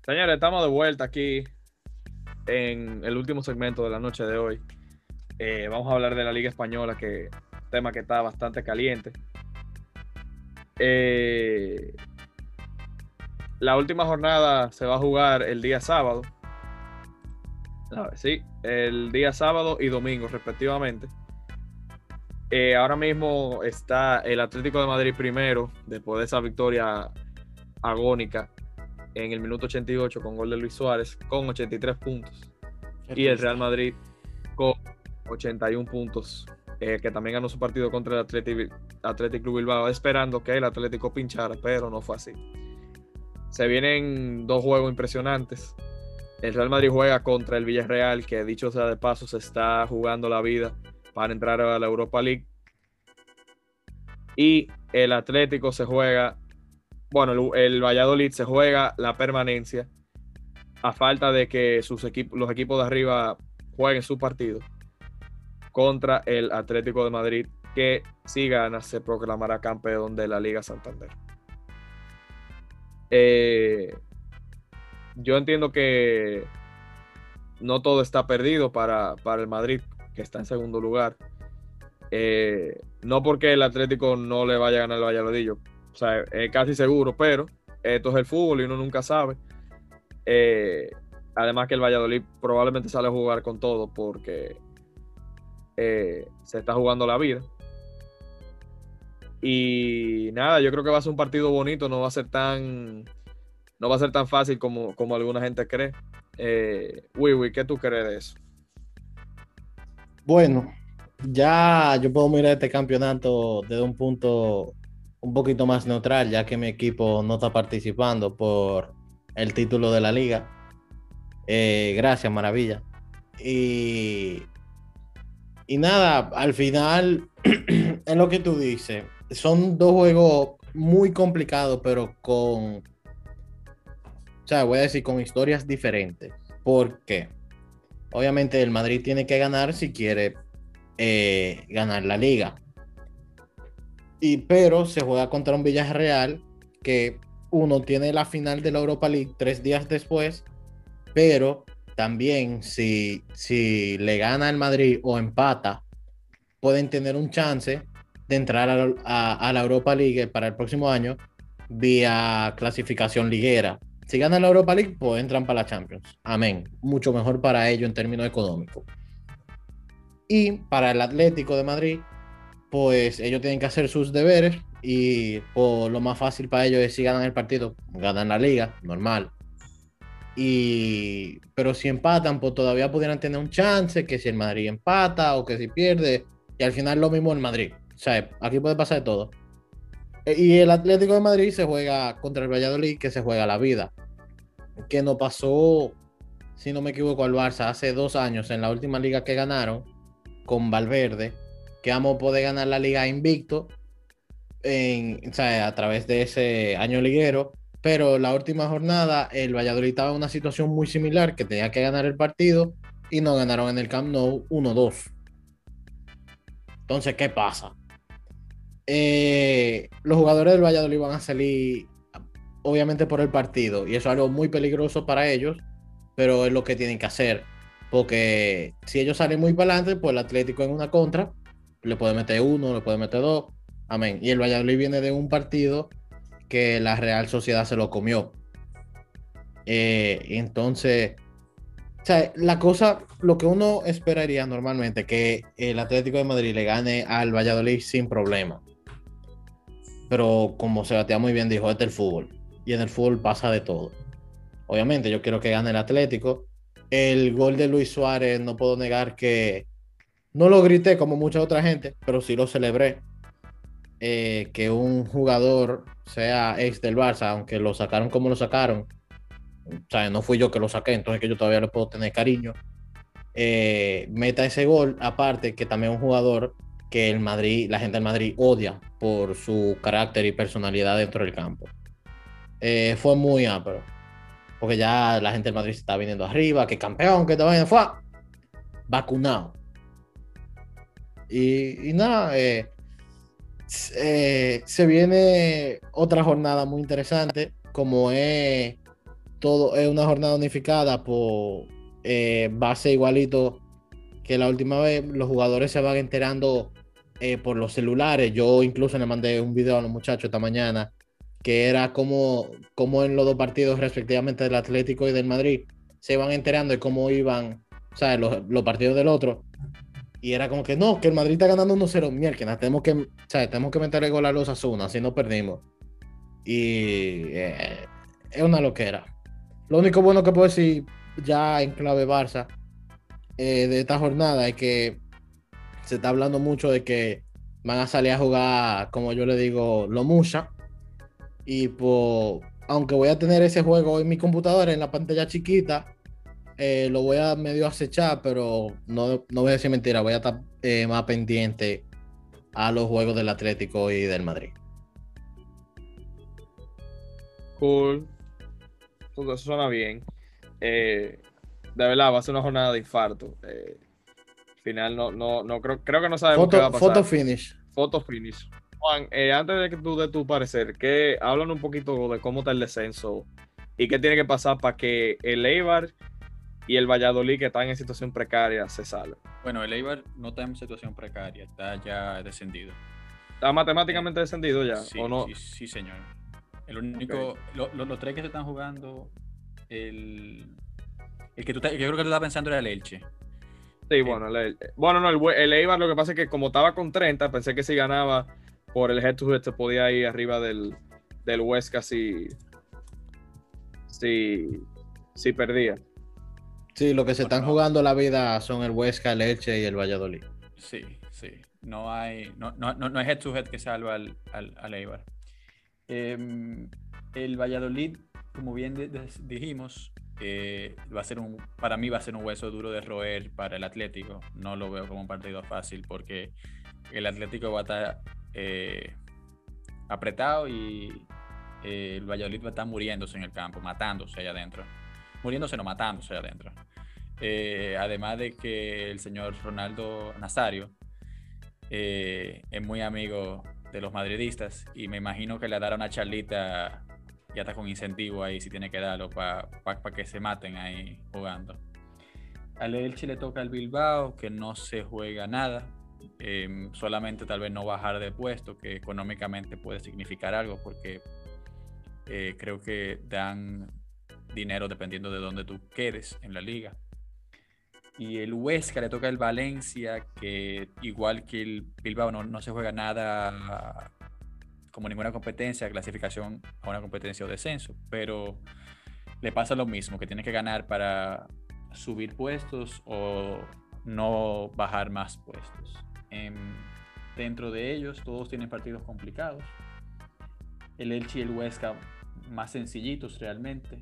Señores, estamos de vuelta aquí en el último segmento de la noche de hoy. Vamos a hablar de la Liga Española, que tema que está bastante caliente. Eh, la última jornada se va a jugar el día sábado. Sí, el día sábado y domingo, respectivamente. Ahora mismo está el Atlético de Madrid primero, después de esa victoria agónica en el minuto 88 con gol de Luis Suárez, con 83 puntos. Qué Y el Real triste. Madrid con 81 puntos, que también ganó su partido contra el Athletic Club Bilbao, esperando que el Atlético pinchara, pero no fue así. Se vienen dos juegos impresionantes. El Real Madrid juega contra el Villarreal, que dicho sea de paso, se está jugando la vida para entrar a la Europa League. Y el Atlético se juega, bueno, el Valladolid se juega la permanencia a falta de que los equipos de arriba jueguen su partido contra el Atlético de Madrid, que si gana se proclamará campeón de la Liga Santander. Yo entiendo que no todo está perdido para el Madrid, que está en segundo lugar. No porque el Atlético no le vaya a ganar el Valladolid, o sea, es casi seguro, pero esto es el fútbol y uno nunca sabe. Además que el Valladolid probablemente sale a jugar con todo porque se está jugando la vida. Y nada, yo creo que va a ser un partido bonito, no va a ser tan fácil como alguna gente cree. Wiwi, ¿qué tú crees de eso? Bueno, ya yo puedo mirar este campeonato desde un punto un poquito más neutral, ya que mi equipo no está participando por el título de la liga. Gracias, maravilla. Y, y nada, al final, es lo que tú dices. Son dos juegos muy complicados, pero o sea, voy a decir, con historias diferentes. ¿Por qué? Obviamente el Madrid tiene que ganar si quiere ganar la liga. Pero se juega contra un Villarreal que uno tiene la final de la Europa League 3 días después, pero también si le gana el Madrid o empata, pueden tener un chance de entrar a la Europa League para el próximo año vía clasificación liguera. Si ganan la Europa League, pues entran para la Champions. Amén. Mucho mejor para ellos en términos económicos. Y para el Atlético de Madrid, pues ellos tienen que hacer sus deberes y pues, lo más fácil para ellos es si ganan el partido, ganan la liga, normal. Pero si empatan, pues todavía pudieran tener un chance, que si el Madrid empata o que si pierde, y al final lo mismo el Madrid. O sea, aquí puede pasar de todo. Y el Atlético de Madrid se juega contra el Valladolid, que se juega la vida. Que no pasó, si no me equivoco, al Barça hace 2 años en la última liga que ganaron con Valverde, que vamos a poder ganar la liga invicto o sea, a través de ese año liguero, pero la última jornada el Valladolid estaba en una situación muy similar, que tenía que ganar el partido y no ganaron en el Camp Nou 1-2. Entonces, ¿qué pasa? Los jugadores del Valladolid van a salir obviamente por el partido y eso es algo muy peligroso para ellos, pero es lo que tienen que hacer, porque si ellos salen muy para adelante, pues el Atlético en una contra le puede meter uno, le puede meter dos, amén. Y el Valladolid viene de un partido que la Real Sociedad se lo comió. Entonces, o sea, la cosa, lo que uno esperaría normalmente, que el Atlético de Madrid le gane al Valladolid sin problema. Pero como Sebastián muy bien dijo, este es el fútbol. Y en el fútbol pasa de todo. Obviamente, yo quiero que gane el Atlético. El gol de Luis Suárez, no puedo negar que no lo grité como mucha otra gente, pero sí lo celebré. Que un jugador sea ex del Barça, aunque lo sacaron como lo sacaron, o sea, no fui yo que lo saqué, entonces que yo todavía le puedo tener cariño, meta ese gol, aparte que también es un jugador que el Madrid, la gente del Madrid odia por su carácter y personalidad dentro del campo. Fue muy ápero, porque ya la gente del Madrid se está viniendo arriba, que campeón, que todavía fue vacunado. Y nada, se viene otra jornada muy interesante, como es todo es una jornada unificada, pues va a ser igualito que la última vez. Los jugadores se van enterando por los celulares. Yo incluso le mandé un video a los muchachos esta mañana que era como en los dos partidos respectivamente del Atlético y del Madrid se iban enterando de cómo iban, ¿sabes? Los partidos del otro. Y era como que no, que el Madrid está ganando 1-0. Mierda, tenemos que meterle gol a los Osasuna, así no perdimos. Y es una loquera. Lo único bueno que puedo decir ya en clave Barça de esta jornada es que se está hablando mucho de que van a salir a jugar, como yo le digo, lo mucha. Y pues, aunque voy a tener ese juego en mi computadora, en la pantalla chiquita, lo voy a medio acechar, pero no voy a decir mentira, voy a estar más pendiente a los juegos del Atlético y del Madrid. Cool. Todo eso suena bien. De verdad, va a ser una jornada de infarto. Al final no creo que no sabemos qué va a pasar. Photo finish. Photo finish. Juan, antes de que tú de tu parecer, hablan un poquito de cómo está el descenso y qué tiene que pasar para que el Eibar y el Valladolid, que están en situación precaria, se salven. Bueno, el Eibar no está en situación precaria, está ya descendido. ¿Está matemáticamente descendido ya? Sí, ¿o no? Sí, señor. El único, los tres que se están jugando, el que yo creo que tú estabas pensando era el Elche. Sí, bueno, el Eibar, lo que pasa es que como estaba con 30, pensé que si ganaba por el head-to-head se podía ir arriba del Huesca si perdía. Sí, lo que se están jugando la vida son el Huesca, el Elche y el Valladolid. Sí. No hay head-to-head que salva al Eibar. El Valladolid, como bien dijimos, para mí va a ser un hueso duro de roer para el Atlético. No lo veo como un partido fácil porque el Atlético va a estar apretado y el Valladolid va a estar muriéndose en el campo, matándose allá adentro. Muriéndose, no matándose allá adentro. Además de que el señor Ronaldo Nazario es muy amigo de los madridistas y me imagino que le dará una charlita, ya está con incentivo ahí si tiene que darlo para que se maten ahí jugando. Al Elche le toca al Bilbao, que no se juega nada, solamente tal vez no bajar de puesto, que económicamente puede significar algo porque creo que dan dinero dependiendo de dónde tú quedes en la liga. Y el Huesca le toca el Valencia, que igual que el Bilbao no se juega nada como ninguna competencia, clasificación a una competencia o descenso, pero le pasa lo mismo, que tiene que ganar para subir puestos o no bajar más puestos. Dentro de ellos todos tienen partidos complicados. El Elche y el Huesca más sencillitos realmente.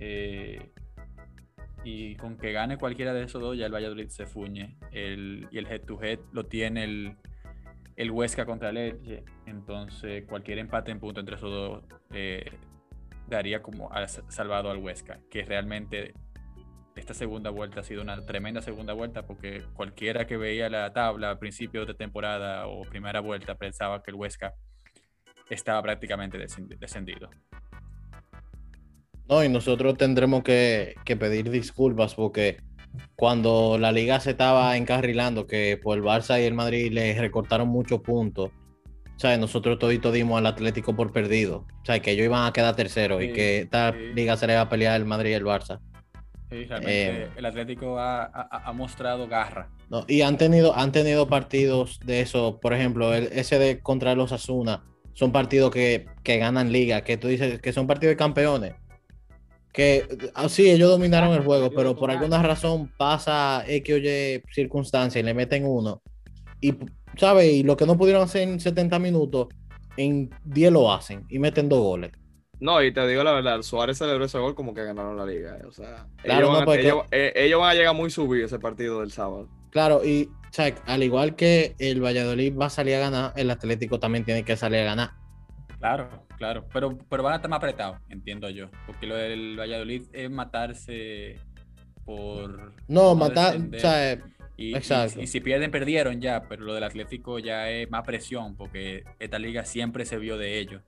Y con que gane cualquiera de esos dos ya el Valladolid se fuñe. Y el head to head lo tiene el Huesca contra el Elche. Entonces cualquier empate en punto entre esos dos daría como salvado al Huesca, que realmente esta segunda vuelta ha sido una tremenda segunda vuelta, porque cualquiera que veía la tabla a principio de temporada o primera vuelta pensaba que el Huesca estaba prácticamente descendido. No, y nosotros tendremos que pedir disculpas porque cuando la liga se estaba encarrilando, que por el Barça y el Madrid les recortaron muchos puntos, o sea, nosotros todito dimos al Atlético por perdido, o sea, que ellos iban a quedar terceros y que esta liga se le va a pelear el Madrid y el Barça. Sí, realmente el Atlético ha mostrado garra. No, y han tenido partidos de eso, por ejemplo, ese de contra los Osasuna, son partidos que ganan liga, que tú dices que son partidos de campeones. Que sí, ellos dominaron el juego, pero por alguna razón pasa X o Y circunstancia y le meten uno. Y, ¿sabes? Y lo que no pudieron hacer en 70 minutos, en 10 lo hacen y meten 2 goles. No, y te digo la verdad, Suárez celebró ese gol como que ganaron la liga. O sea, claro, ellos van a llegar muy subidos ese partido del sábado. Claro, y o sea, al igual que el Valladolid va a salir a ganar, el Atlético también tiene que salir a ganar. Claro, pero van a estar más apretados, entiendo yo, porque lo del Valladolid es matarse por... No matar, o sea, exacto. Y si pierden, perdieron ya, pero lo del Atlético ya es más presión, porque esta liga siempre se vio de ellos.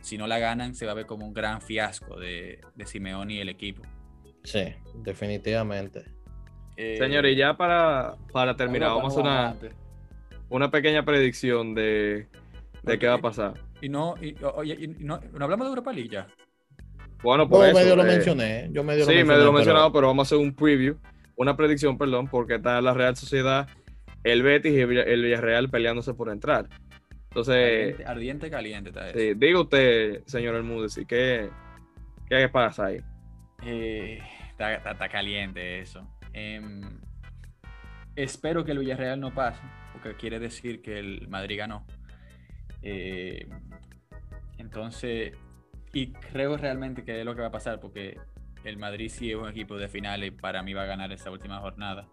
si no la ganan, se va a ver como un gran fiasco de Simeone y el equipo. Sí, definitivamente. Señores, y ya para terminar, Europa vamos no a va hacer adelante. una pequeña predicción de qué va a pasar. Oye, no hablamos de Europa League ya. Bueno, por Yo medio eso. lo mencioné, yo medio lo Sí, mencioné, medio lo he pero mencionado, pero vamos a hacer un preview, una predicción, perdón, porque está la Real Sociedad, el Betis y el Villarreal peleándose por entrar. Entonces, Ardiente, caliente está eso. sí, diga usted, señor Bermúdez, ¿y qué pasa ahí? Está caliente eso. Espero que el Villarreal no pase, porque quiere decir que el Madrid ganó. Entonces, y creo realmente que es lo que va a pasar, porque el Madrid sí es un equipo de finales y para mí va a ganar esta última jornada.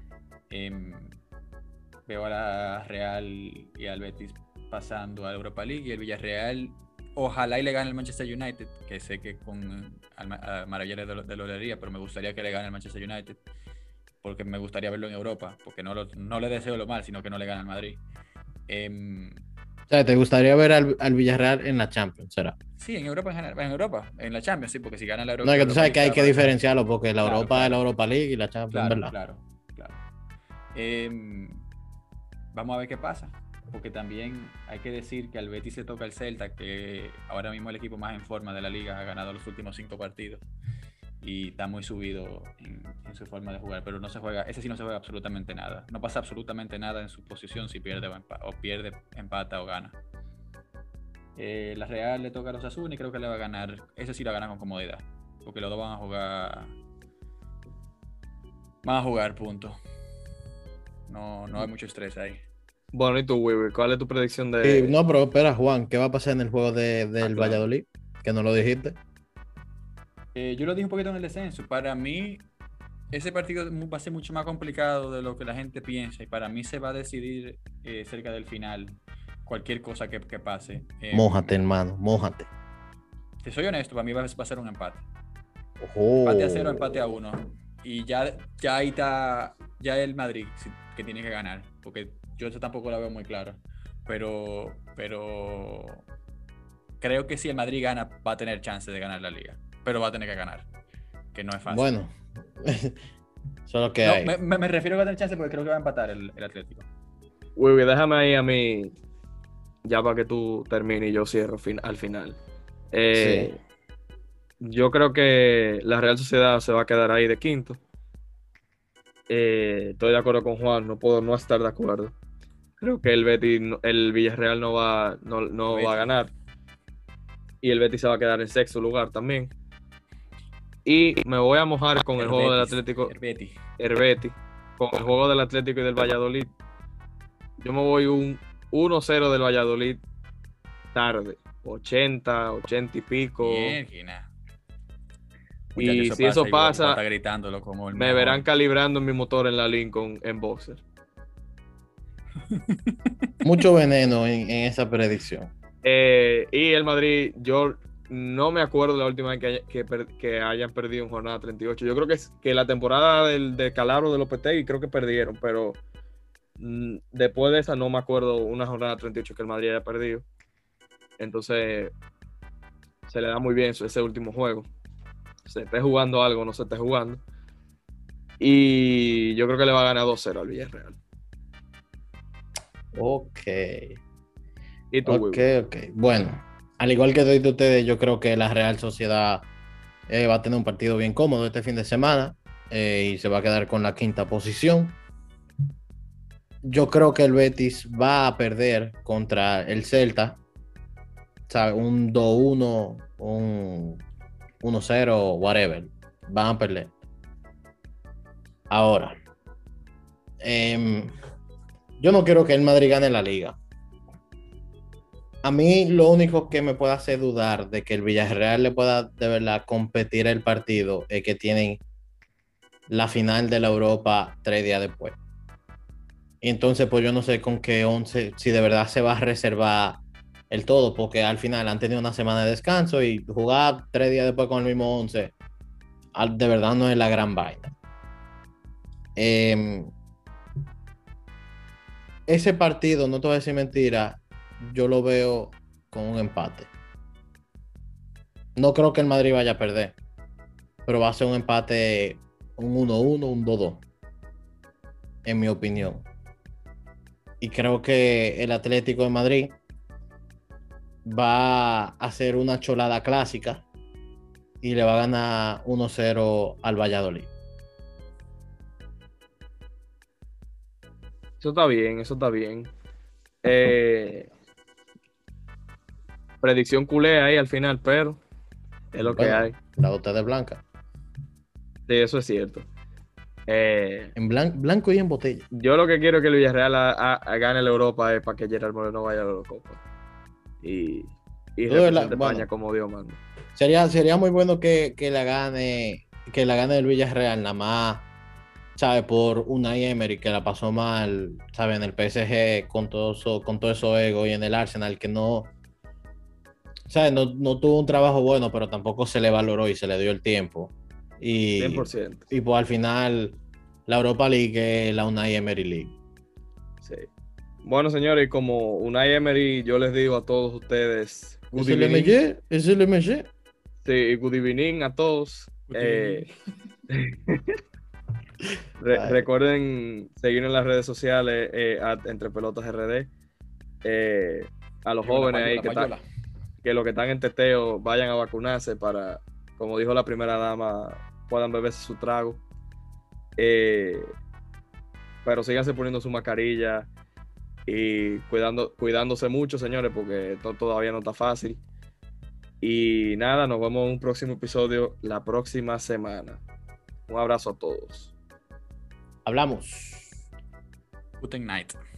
Veo a la Real y al Betis pasando a la Europa League, y el Villarreal ojalá y le gane el Manchester United, que sé que con maravillas de lolería, pero me gustaría que le gane el Manchester United, porque me gustaría verlo en Europa, porque no le deseo lo mal, sino que no le gane al Madrid. o sea, ¿te gustaría ver al Villarreal en la Champions, será? Sí, en Europa en general, en Europa, en la Champions, sí, porque si gana la No, es que tú Europa sabes League que se hay va que para la Champions. diferenciarlo, porque la Claro, Europa es la claro. Europa League y la Champions, ¿verdad? Claro. Vamos a ver qué pasa, porque también hay que decir que al Betis se toca el Celta, que ahora mismo es el equipo más en forma de la liga, ha ganado los últimos 5 partidos y está muy subido en su forma de jugar, pero ese sí no se juega absolutamente nada, no pasa absolutamente nada en su posición si pierde o pierde, empata o gana. La Real le toca a los Osasuna y creo que le va a ganar, ese sí la gana con comodidad, porque los dos van a jugar punto. No hay mucho estrés ahí. Bueno, ¿y tú, Weaver? ¿Cuál es tu predicción Sí, de...? no, pero espera, Juan, ¿qué va a pasar en el juego del claro. Valladolid? Que no lo dijiste. Yo lo dije un poquito en el descenso. Para mí, ese partido va a ser mucho más complicado de lo que la gente piensa, y para mí se va a decidir cerca del final cualquier cosa que pase. Mójate, hermano, mójate. Te soy honesto, para mí va a ser un empate. Oh. Empate a 0, empate a 1. Y ya ahí está ya el Madrid que tiene que ganar, porque yo eso tampoco lo veo muy claro. Pero creo que si el Madrid gana, va a tener chance de ganar la liga. Pero va a tener que ganar, que no es fácil. Bueno, eso es lo que hay. Me refiero a que va a tener chance porque creo que va a empatar el Atlético. Weaver, déjame ahí a mí, ya para que tú termines y yo cierro al final. Sí. Yo creo que la Real Sociedad se va a quedar ahí de quinto. Estoy de acuerdo con Juan, no puedo no estar de acuerdo. Creo que el Villarreal no va a ganar. Y el Betis se va a quedar en sexto lugar también. Y me voy a mojar con el juego del Atlético. El Betis. Con el juego del Atlético y del Valladolid. Yo me voy un 1-0 del Valladolid tarde. 80 y pico. Y si eso pasa, me verán calibrando mi motor en la Lincoln en boxer. Mucho veneno en esa predicción. Y el Madrid, yo no me acuerdo la última vez que hayan perdido en jornada 38. Yo creo que la temporada del Calabro de Lopetegui creo que perdieron, pero después de esa no me acuerdo una jornada 38 que el Madrid haya perdido. Entonces se le da muy bien ese último juego. Se esté jugando algo, no se esté jugando. Y yo creo que le va a ganar 2-0 al Villarreal. Ok. ¿Y tú, ok. Bueno, al igual que todos ustedes, yo creo que la Real Sociedad va a tener un partido bien cómodo este fin de semana y se va a quedar con la quinta posición. Yo creo que el Betis va a perder contra el Celta. O sea, un 2-1, un 1-0, whatever. Van a perder. Ahora, yo no quiero que el Madrid gane la liga. A mí lo único que me puede hacer dudar de que el Villarreal le pueda de verdad competir el partido es que tienen la final de la Europa 3 días después. Y entonces pues yo no sé con qué 11, si de verdad se va a reservar el todo, porque al final han tenido una semana de descanso y jugar 3 días después con el mismo 11 de verdad no es la gran vaina. Ese partido, no te voy a decir mentira, yo lo veo con un empate. No creo que el Madrid vaya a perder, pero va a ser un empate, un 1-1, un 2-2, en mi opinión. Y creo que el Atlético de Madrid va a hacer una cholada clásica y le va a ganar 1-0 al Valladolid. Eso está bien, eso está bien. Predicción culé ahí al final, pero es lo que Bueno, hay. la otra de blanca. Sí, eso es cierto. En blanco y en botella. Yo lo que quiero es que el Villarreal gane la Europa para que Gerard Moreno vaya a la Eurocopa. Y represente España como Dios manda. Sería muy bueno que la gane el Villarreal nada más, ¿sabes? Por Unai Emery, que la pasó mal, ¿sabes? En el PSG con todo eso ego, y en el Arsenal que no, ¿sabes? No tuvo un trabajo bueno, pero tampoco se le valoró y se le dio el tiempo. Y 100%. y pues al final la Europa League es la Unai Emery League. Sí. Bueno, señores, como Unai Emery, yo les digo a todos ustedes, ¿Es el MG? ¿Es el MG? Sí, good evening a todos. Recuerden seguir en las redes sociales, Entre Pelotas RD. A los jóvenes ahí que los que están en teteo vayan a vacunarse para, como dijo la primera dama, puedan beberse su trago. Pero síganse poniendo su mascarilla y cuidándose mucho, señores, porque esto todavía no está fácil. Y nada, nos vemos en un próximo episodio la próxima semana. Un abrazo a todos. Hablamos. Guten Night.